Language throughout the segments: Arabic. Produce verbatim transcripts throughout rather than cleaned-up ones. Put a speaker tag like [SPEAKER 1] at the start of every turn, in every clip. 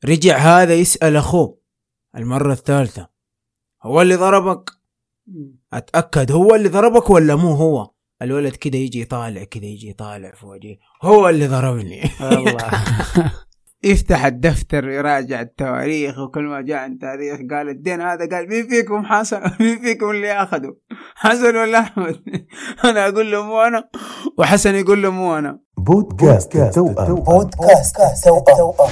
[SPEAKER 1] رجع هذا يسأل أخوه المرة الثالثة هو اللي ضربك؟ أتأكد هو اللي ضربك ولا مو هو؟ الولد كده يجي يطالع كده يجي يطالع في وجهه هو اللي ضربني.
[SPEAKER 2] الله. يفتح الدفتر يراجع التواريخ وكل ما جاء عن تاريخ قال الدين هذا قال مين فيكم حسن مين فيكم اللي أخده حسن ولا أحمد؟ أنا أقول له مو أنا وحسن يقول له مو أنا.
[SPEAKER 3] بودكاست التوأم.
[SPEAKER 4] بودكاست التوأم.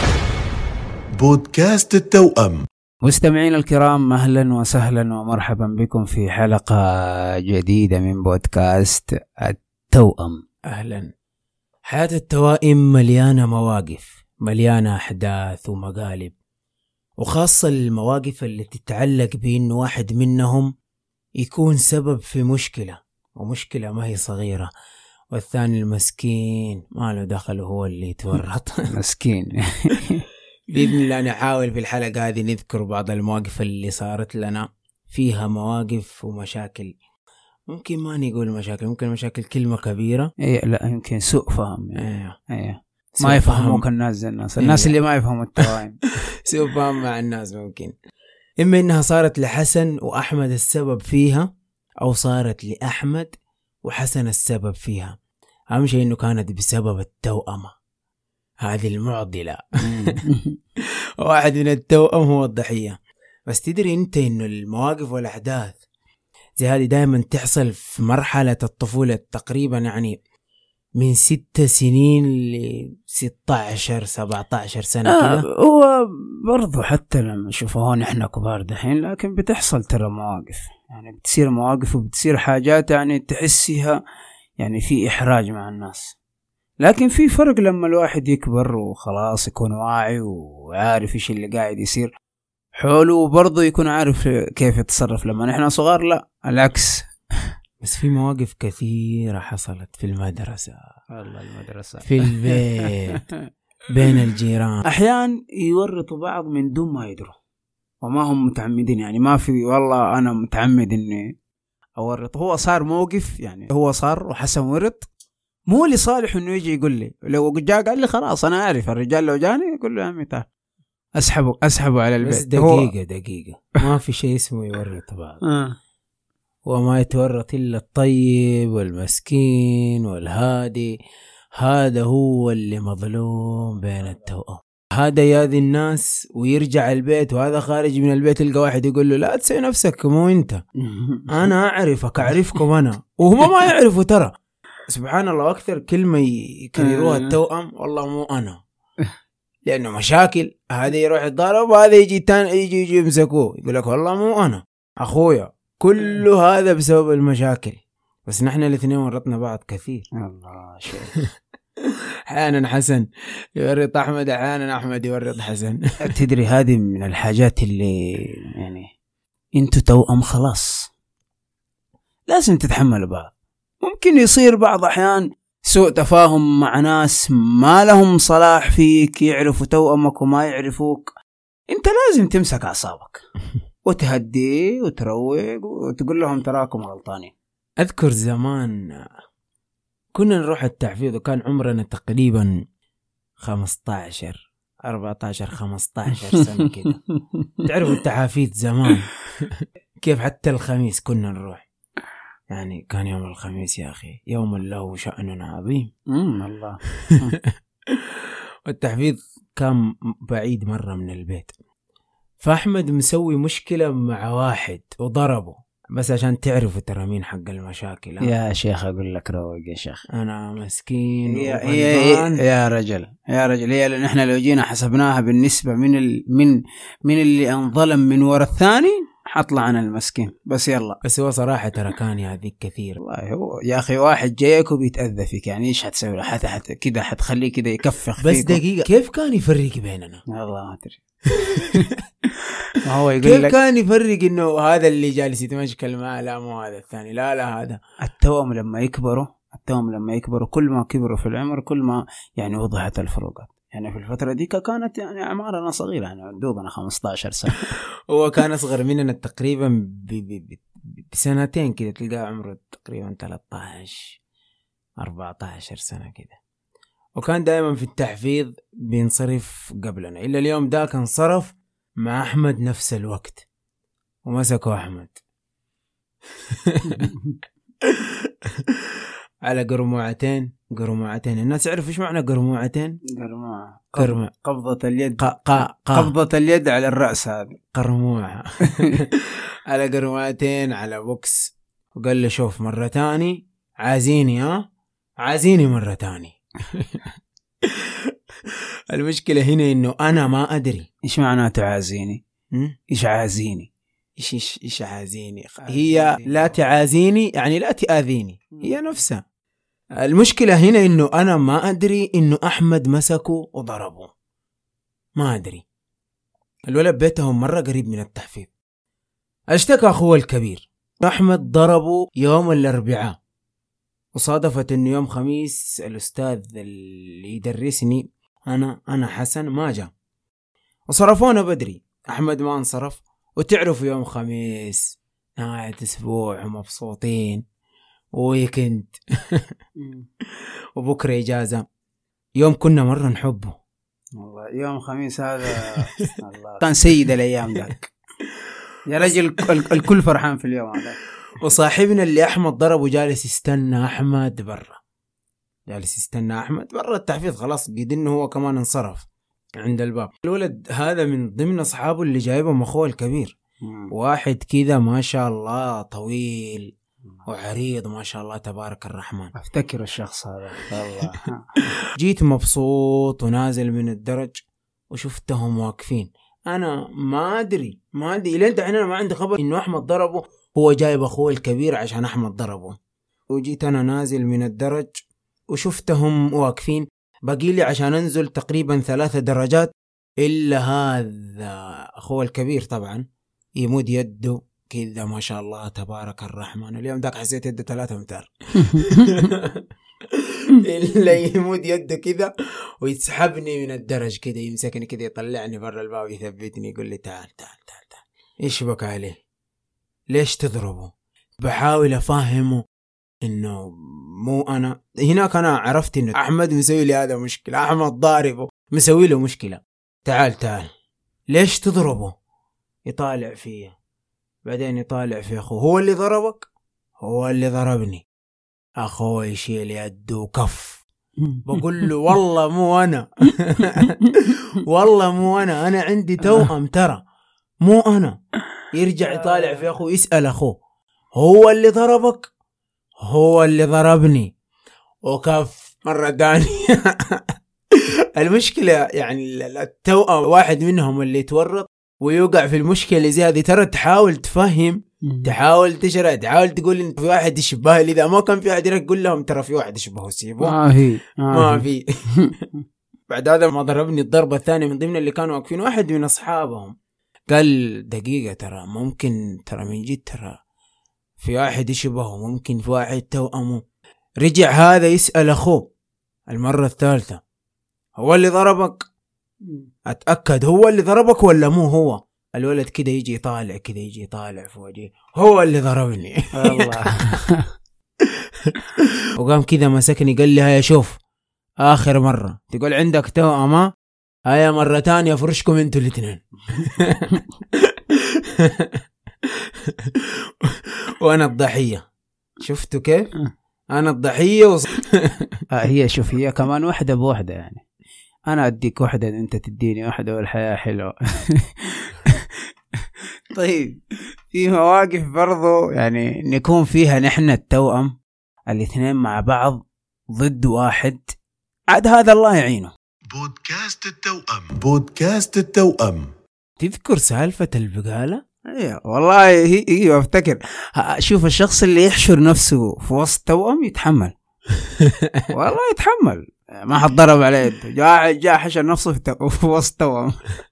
[SPEAKER 3] بودكاست التوأم.
[SPEAKER 2] مستمعين الكرام، أهلا وسهلا ومرحبا بكم في حلقة جديدة من بودكاست التوأم.
[SPEAKER 1] أهلا. حياة التوائم مليانة مواقف، مليانة أحداث ومقالب، وخاصة المواقف اللي تتعلق بأن واحد منهم يكون سبب في مشكلة، ومشكلة ما هي صغيرة، والثاني المسكين ما له دخل هو اللي يتورط.
[SPEAKER 2] مسكين.
[SPEAKER 1] بإذن الله نحاول في الحلقة هذه نذكر بعض المواقف اللي صارت لنا، فيها مواقف ومشاكل. ممكن ما نقول مشاكل، ممكن مشاكل كلمة كبيرة.
[SPEAKER 2] إيه لا، يمكن سوء فهم يعني.
[SPEAKER 1] ايه.
[SPEAKER 2] إيه. ما يفهموك الناس زي الناس الناس اللي ما يفهموا التوائم.
[SPEAKER 1] سوء فهم مع الناس ممكن. إما إنها صارت لحسن وأحمد السبب فيها، أو صارت لأحمد وحسن السبب فيها. أهم شيء إنه كانت بسبب التوأمة هذه المعضلة. واحد من التوأم هو الضحية. بس تدري أنت إنه المواقف والأحداث زي هذه دائما تحصل في مرحلة الطفولة تقريبا، يعني من ست سنين ل ستة عشر سبعة عشر سنة
[SPEAKER 2] آه
[SPEAKER 1] كده.
[SPEAKER 2] هو برضو حتى لما شوفوهون إحنا كبار دحين، لكن بتحصل ترى مواقف، يعني بتصير مواقف وبتصير حاجات يعني تحسيها يعني في إحراج مع الناس. لكن في فرق لما الواحد يكبر وخلاص يكون واعي وعارف إيش اللي قاعد يصير حوله، وبرضه يكون عارف كيف يتصرف. لما نحن صغار لا، العكس.
[SPEAKER 1] بس في مواقف كثيرة حصلت في المدرسة،
[SPEAKER 2] والله المدرسة،
[SPEAKER 1] في البيت، بين الجيران.
[SPEAKER 2] أحيان يورطوا بعض من دون ما يدروا وما هم متعمدين، يعني ما في والله أنا متعمد إني أورط. هو صار موقف، يعني هو صار وحسن ورط، مو لصالح إنه يجي يقول لي. لو جاء قال لي خلاص أنا عارف الرجال، لو جاني يقول له يا عمي تعال أسحبه أسحبه على البيت.
[SPEAKER 1] بس دقيقة دقيقة، ما في شيء اسمه يورط بعض.
[SPEAKER 2] آه.
[SPEAKER 1] وما يتورط إلا الطيب والمسكين والهادي. هذا هو اللي مظلوم بين التوأم. هذا ياذي الناس ويرجع البيت، وهذا خارج من البيت يلقى واحد يقول له لا تسوي نفسك مو انت، انا اعرفك اعرفكم انا، وهم ما يعرفوا ترى. سبحان الله، اكثر كلمة يكرروها التوأم والله مو انا، لانه مشاكل. هذا يروح يتضارب وهذا يجي تان يجي يجي يمسكوه يقول لك والله مو انا اخويا. كل هذا بسبب المشاكل. بس نحن الاثنين ورطنا بعض كثير.
[SPEAKER 2] الله شوف.
[SPEAKER 1] احيانا حسن يورط احمد، احيانا احمد يورط حسن.
[SPEAKER 2] تدري هذه من الحاجات اللي يعني انتوا توأم خلاص لازم تتحملوا بعض. ممكن يصير بعض احيان سوء تفاهم مع ناس ما لهم صلاح فيك، يعرفوا توأمك وما يعرفوك. انت لازم تمسك اعصابك وتهدي وتروق وتقول لهم تراكم غلطانين.
[SPEAKER 1] اذكر زمان كنا نروح التحفيظ وكان عمرنا تقريبا خمسة عشر أربعة عشر خمسة عشر سنة كده. تعرفوا التحافيظ زمان كيف؟ حتى الخميس كنا نروح، يعني كان يوم الخميس يا أخي يوم له شأن عظيم.
[SPEAKER 2] امم الله.
[SPEAKER 1] والتحفيظ كان بعيد مرة من البيت، فأحمد مسوي مشكلة مع واحد وضربه. بس عشان تعرفوا ترى مين حق المشاكل.
[SPEAKER 2] يا شيخ أقول لك روق يا شيخ،
[SPEAKER 1] أنا مسكين.
[SPEAKER 2] يا, يا, يا رجل يا رجل هي لأن إحنا لو جينا حسبناها بالنسبة من ال من من اللي انظلم من وراء الثاني حطلع أنا المسكين. بس يلا،
[SPEAKER 1] بس هو صراحة ترى كان هذيك كثير.
[SPEAKER 2] والله هو يا أخي واحد جايك وبيتأذى فيك، يعني إيش هتسوي له؟ حتى حتى كده حتخليه كده يكفخ
[SPEAKER 1] بس
[SPEAKER 2] فيك.
[SPEAKER 1] دقيقة، كيف كان يفرق بيننا؟
[SPEAKER 2] والله ما أدري. ما هو يقول
[SPEAKER 1] كيف
[SPEAKER 2] لك
[SPEAKER 1] كان يفرق إنه هذا اللي جالس يتمشكل معه لا مو هذا الثاني، لا لا هذا.
[SPEAKER 2] التوأم لما يكبروا التوأم لما يكبروا كل ما كبروا في العمر كل ما يعني وضحت الفروقات. يعني في الفترة دي كانت يعني أعمارنا صغيرة، يعني دوبنا خمسة عشر سنة.
[SPEAKER 1] هو كان أصغر مننا تقريبا بسنتين كده، تلقى عمره تقريبا ثلاثة عشر أربعة عشر سنة كده. وكان دائما في التحفيظ بينصرف قبلنا، إلا اليوم داك انصرف مع أحمد نفس الوقت ومسكوا أحمد على قرموعتين. قرموعتين الناس يعرف إيش معنى قرموعتين؟
[SPEAKER 2] قرموعة
[SPEAKER 1] قرموع
[SPEAKER 2] قبضة اليد.
[SPEAKER 1] قا قا قا
[SPEAKER 2] قبضة اليد على الرأس هذه
[SPEAKER 1] قرموعة على قرموعتين على بوكس. وقال له شوف مرة تاني عازيني، ها عازيني مرة تاني. المشكلة هنا إنه أنا ما أدري
[SPEAKER 2] إيش معناه تعازيني. إيش عازيني
[SPEAKER 1] إيش إيش إيش عازيني. هي لا تعازيني يعني لا تآذيني، هي نفسها. المشكلة هنا إنه أنا ما أدري إنه أحمد مسكه وضربه، ما أدري. الولد بيتهم مرة قريب من التحفيظ. اشتكى أخوه الكبير أحمد ضربه يوم الأربعاء، وصادفت إنه يوم خميس الأستاذ اللي يدرسني أنا أنا حسن ما جاء، وصرفونا بدري. أحمد ما انصرف، وتعرفوا يوم خميس نهاية أسبوع ومبسوطين ويكند وبكرة إجازة، يوم كنا مرة نحبه
[SPEAKER 2] والله. يوم خميس هذا الله كان سيد الأيام ذاك يا رجل، الكل فرحان في اليوم هذا.
[SPEAKER 1] وصاحبنا اللي أحمد ضربه جالس يستنى أحمد برا، جالس يستنى أحمد برا التحفيظ، خلاص قد إنه هو كمان انصرف عند الباب. الولد هذا من ضمن أصحابه اللي جايبهم أخوه الكبير، واحد كذا ما شاء الله طويل وعريض ما شاء الله تبارك الرحمن.
[SPEAKER 2] أفتكر الشخص هذا والله.
[SPEAKER 1] جيت مبسوط ونازل من الدرج وشفتهم واقفين. أنا ما أدري ما أدري لين دحين أنا ما عندي خبر إنه أحمد ضربه، هو جايب أخوه الكبير عشان أحمد ضربه. وجيت أنا نازل من الدرج وشفتهم واقفين، باقي لي عشان أنزل تقريبا ثلاثة درجات، إلا هذا أخوه الكبير طبعا يمد يده كذا ما شاء الله تبارك الرحمن. اليوم داك حسيت يده ثلاثة أمتار إلا يمد يده كذا ويسحبني من الدرج كذا، يمسكني كذا يطلعني برا الباب يثبتني يقول لي تعال تعال تعال تعال. إيش بك عليه؟ ليش تضربه؟ بحاول أفهمه إنه مو أنا. هناك أنا عرفت إنه أحمد مسوي لي هذا مشكلة، أحمد ضاربه مسوي له مشكلة. تعال تعال ليش تضربه؟ يطالع فيه، بعدين يطالع في أخوه. هو اللي ضربك؟ هو اللي ضربني. أخوه يشيل يده كف. بقول له والله مو أنا والله مو أنا أنا عندي توأم ترى مو أنا. يرجع يطالع في أخوه يسأل أخوه هو اللي ضربك؟ هو اللي ضربني. وكف مرة تانية. المشكلة يعني التوأم واحد منهم اللي يتورط ويوقع في المشكلة زي هذه، ترى تحاول تفهم، تحاول تشرح، تحاول تقول إن في واحد يشبه لي، إذا ما كان في واحد يقول لهم ترى في واحد يشبهه سيبه
[SPEAKER 2] ما في
[SPEAKER 1] ما في. بعد هذا ما ضربني الضربة الثانية من ضمن اللي كانوا واقفين واحد من أصحابهم قال دقيقة ترى ممكن ترى من جد ترى في واحد يشبهه، ممكن في واحد توأمه. رجع هذا يسأل أخوه المرة الثالثة هو اللي ضربك؟ أتأكد هو اللي ضربك ولا مو هو؟ الولد كده يجي يطالع كده يجي يطالع في وجهه هو اللي ضربني
[SPEAKER 2] الله.
[SPEAKER 1] وقام كده مسكني قال لي هيا شوف آخر مرة تقول عندك توأمة، هيا مرة تانية فرشكم انتوا الاثنين. وأنا الضحية. شفتوا كيف؟ أنا الضحية وص...
[SPEAKER 2] آه هي شوف هي كمان واحدة بواحدة، يعني أنا أديك واحدة أنت تديني واحدة والحياة حلوة. طيب في مواقف برضو يعني نكون فيها نحن التوأم الاثنين مع بعض ضد واحد، عاد هذا الله يعينه.
[SPEAKER 3] بودكاست التوأم. بودكاست التوأم.
[SPEAKER 1] تذكر سالفة البقالة؟
[SPEAKER 2] ايوه والله هي ايوه افتكر. شوف الشخص اللي يحشر نفسه في وسط توأم يتحمل. والله يتحمل، ما حد ضرب عليه يده، جاء جاء حشر نفسه في, في وسط توأم.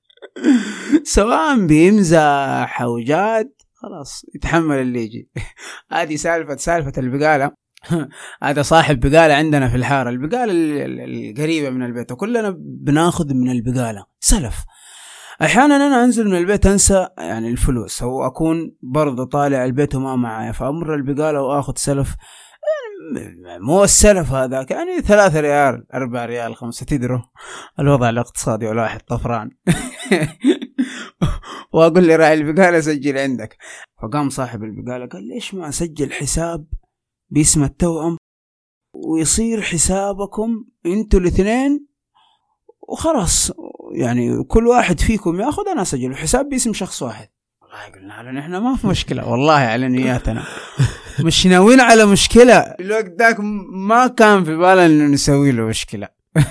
[SPEAKER 2] سواء بيمزح او جاد خلاص يتحمل اللي يجي. هذه سالفة سالفة البقالة. هذا صاحب بقالة عندنا في الحارة، البقالة القريبة من البيت، وكلنا بناخذ من البقالة سلف. أحيانا أنا أنزل من البيت أنسى يعني الفلوس، أو أكون برضه طالع البيت وما معايا، فأمر البقالة وأخذ سلف. مو السلف هذاك، يعني ثلاثة ريال أربعة ريال خمسة، تدروا الوضع الاقتصادي ولا واحد طفران. وأقول لي راعي البقالة سجل عندك. فقام صاحب البقالة قال ليش ما أسجل حساب باسم التوأم ويصير حسابكم انتوا الاثنين وخلاص، يعني كل واحد فيكم ياخذ، أنا أسجل حساب باسم شخص واحد. والله قلنا له نحن ما في مشكلة، والله على نياتنا مش ناويين على مشكلة. الوقت ذاك ما كان في بالنا إنه نسوي له مشكلة.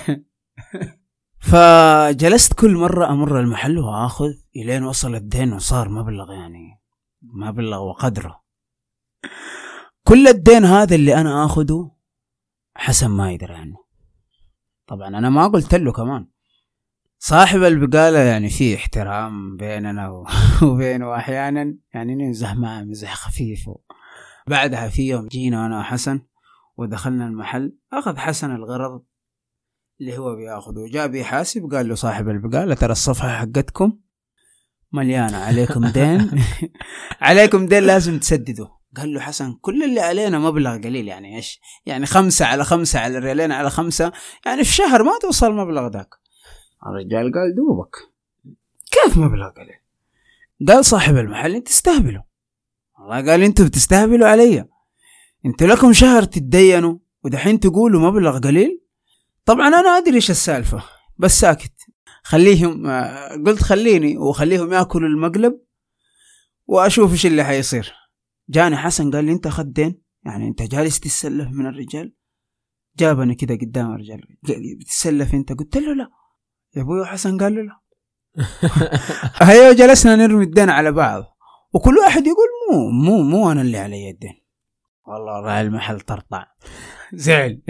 [SPEAKER 2] فجلست كل مرة أمر المحل وآخذ إلين وصل الدين وصار مبلغ، يعني مبلغ وقدره. كل الدين هذا اللي أنا آخذه حسن ما يدري عنه. طبعا أنا ما قلت له كمان. صاحب البقالة يعني في احترام بيننا وبينه، وأحيانا يعني نمزح معه مزح خفيف. بعدها في يوم جينا أنا وحسن ودخلنا المحل، أخذ حسن الغرض اللي هو بياخده، جاء بيحاسب، قال له صاحب البقالة ترى الصفحة حقتكم مليانة، عليكم دين عليكم دين لازم تسددوا. قال له حسن كل اللي علينا مبلغ قليل، يعني إيش يعني خمسة على خمسة على ريالين على خمسة، يعني في شهر ما توصل المبلغ ذاك. الرجال قال دوبك كيف مبلغ قليل؟ قال صاحب المحل انت تستهبلوا. الله قال انتوا بتستهبلوا علي، انتوا لكم شهر تتدينوا ودحين تقولوا مبلغ قليل. طبعا انا ادري ايش السالفة بس ساكت، خليهم. قلت خليني وخليهم ياكلوا المقلب واشوف ايش اللي حيصير. جاني حسن قال لي انت اخذت دين، يعني انت جالس تتسلف من الرجال. جابني كده قدام الرجال، بتتسلف انت؟ قلت له لا يا ابوي. حسن قال له لا. هيا جلسنا نرمي الدين على بعض، وكل واحد يقول مو مو مو انا اللي علي الدين. والله راعي المحل طرطع زعل.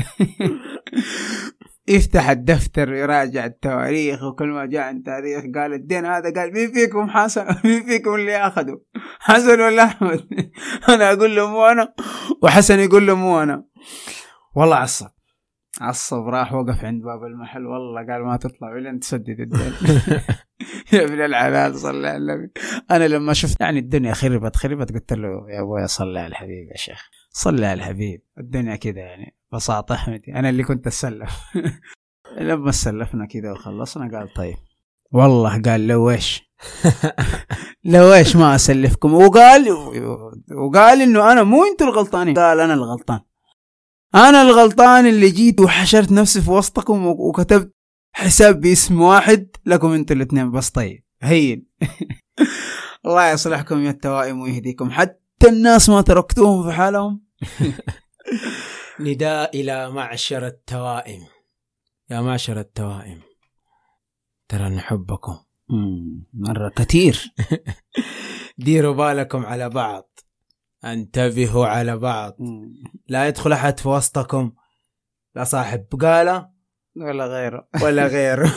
[SPEAKER 2] يفتح الدفتر يراجع التواريخ، وكل ما جاء عن تاريخ قال الدين هذا، قال مين فيكم حسن؟ مين فيكم اللي أخذه، حسن ولا أحمد؟ أنا أقول له مو أنا، وحسن يقول له مو أنا. والله عصب عصب، راح وقف عند باب المحل. والله قال ما تطلع إلا أنت تسدد الدين. يا ابن العلال صلى على النبي. أنا لما شفت يعني الدنيا خربت خربت قلت له يا أبويا صلى على الحبيب يا شيخ، صلى على الحبيب. الدنيا كده يعني بساطة أحمدي، أنا اللي كنت أسلف. لما سلفنا كده وخلصنا قال طيب والله، قال لو إيش لو إيش ما أسلفكم. وقال وقال إنه أنا مو أنتوا الغلطانين، قال أنا الغلطان، أنا الغلطان اللي جيت وحشرت نفسي في وسطكم وكتبت حساب باسم واحد لكم أنتوا الاثنين بس. طيب هين. الله يصلحكم يا التوائم ويهديكم، حتى الناس ما تركتوهم في حالهم.
[SPEAKER 1] نداء إلى معشر التوائم، يا معشر التوائم ترى نحبكم
[SPEAKER 2] مرة كتير.
[SPEAKER 1] ديروا بالكم على بعض، انتبهوا على بعض. لا يدخل أحد في وسطكم، لا صاحب بقالة
[SPEAKER 2] ولا غيره
[SPEAKER 1] ولا غيره.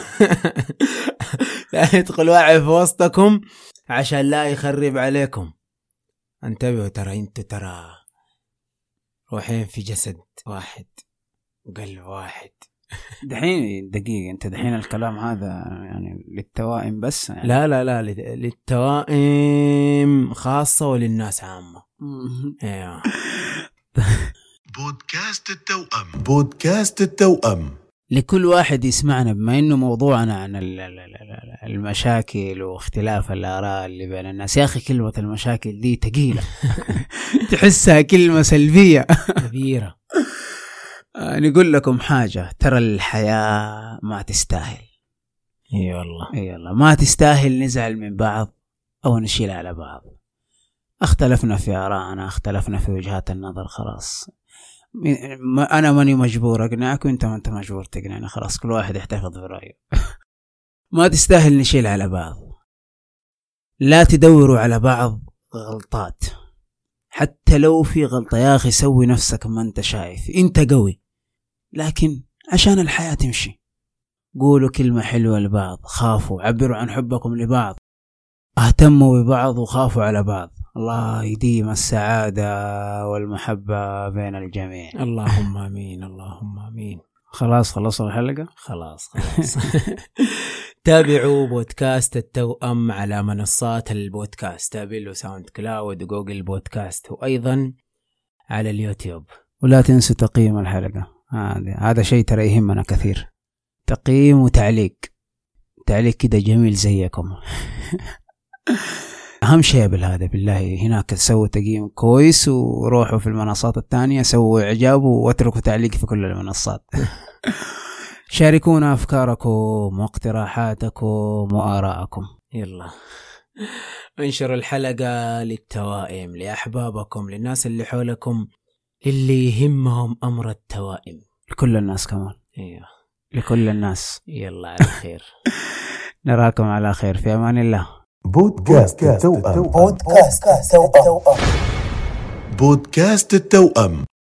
[SPEAKER 1] لا يدخل واحد في وسطكم عشان لا يخرب عليكم. انتبهوا، ترى انتوا ترى روحين في جسد واحد وقلب واحد.
[SPEAKER 2] دحين دقيقة، انت دحين الكلام هذا يعني للتوائم بس يعني؟
[SPEAKER 1] لا لا لا للتوائم خاصة وللناس عامة. ايوه.
[SPEAKER 3] بودكاست التوأم. بودكاست التوأم
[SPEAKER 2] لكل واحد يسمعنا، بما انه موضوعنا عن المشاكل واختلاف الآراء اللي بين الناس. يا اخي كلمة المشاكل دي تقيلة. تحسها كلمة سلبية كبيرة. نقول لكم حاجة، ترى الحياة ما تستاهل.
[SPEAKER 1] اي والله
[SPEAKER 2] اي والله ما تستاهل نزعل من بعض او نشيل على بعض. اختلفنا في آراءنا، اختلفنا في وجهات النظر، خلاص أنا ماني مجبور أقنعك وإنت ما أنت مجبور تقنعني، خلاص كل واحد يحتفظ برأيه. ما تستاهل نشيل على بعض. لا تدوروا على بعض غلطات، حتى لو في غلطة يا أخي سوي نفسك ما أنت شايف أنت قوي، لكن عشان الحياة تمشي قولوا كلمة حلوة لبعض، خافوا، عبروا عن حبكم لبعض، اهتموا ببعض وخافوا على بعض. الله يديم السعادة والمحبة بين الجميع.
[SPEAKER 1] اللهم آمين اللهم آمين.
[SPEAKER 2] خلاص خلصنا الحلقة.
[SPEAKER 1] خلاص خلاص. تابعوا بودكاست التوأم على منصات البودكاست، تابعوا ساوند كلاود وجوجل بودكاست، وأيضا على اليوتيوب.
[SPEAKER 2] ولا تنسوا تقييم الحلقة، هذا هذا شيء ترى يهمنا كثير، تقييم وتعليق، تعليق كده جميل زيكم. أهم شيء بالهذا بالله هناك سووا تقييم كويس وروحوا في المنصات الثانية سووا إعجاب واتركوا تعليق في كل المنصات. شاركونا أفكاركم واقتراحاتكم وآراءكم.
[SPEAKER 1] يلا انشر الحلقة للتوائم، لأحبابكم، للناس اللي حولكم، اللي يهمهم أمر التوائم،
[SPEAKER 2] لكل الناس كمان.
[SPEAKER 1] ايوه
[SPEAKER 2] لكل الناس.
[SPEAKER 1] يلا على خير.
[SPEAKER 2] نراكم على خير، في أمان الله.
[SPEAKER 3] بودكاست التوأم.
[SPEAKER 4] بودكاست التوأم.
[SPEAKER 3] بودكاست التوأم.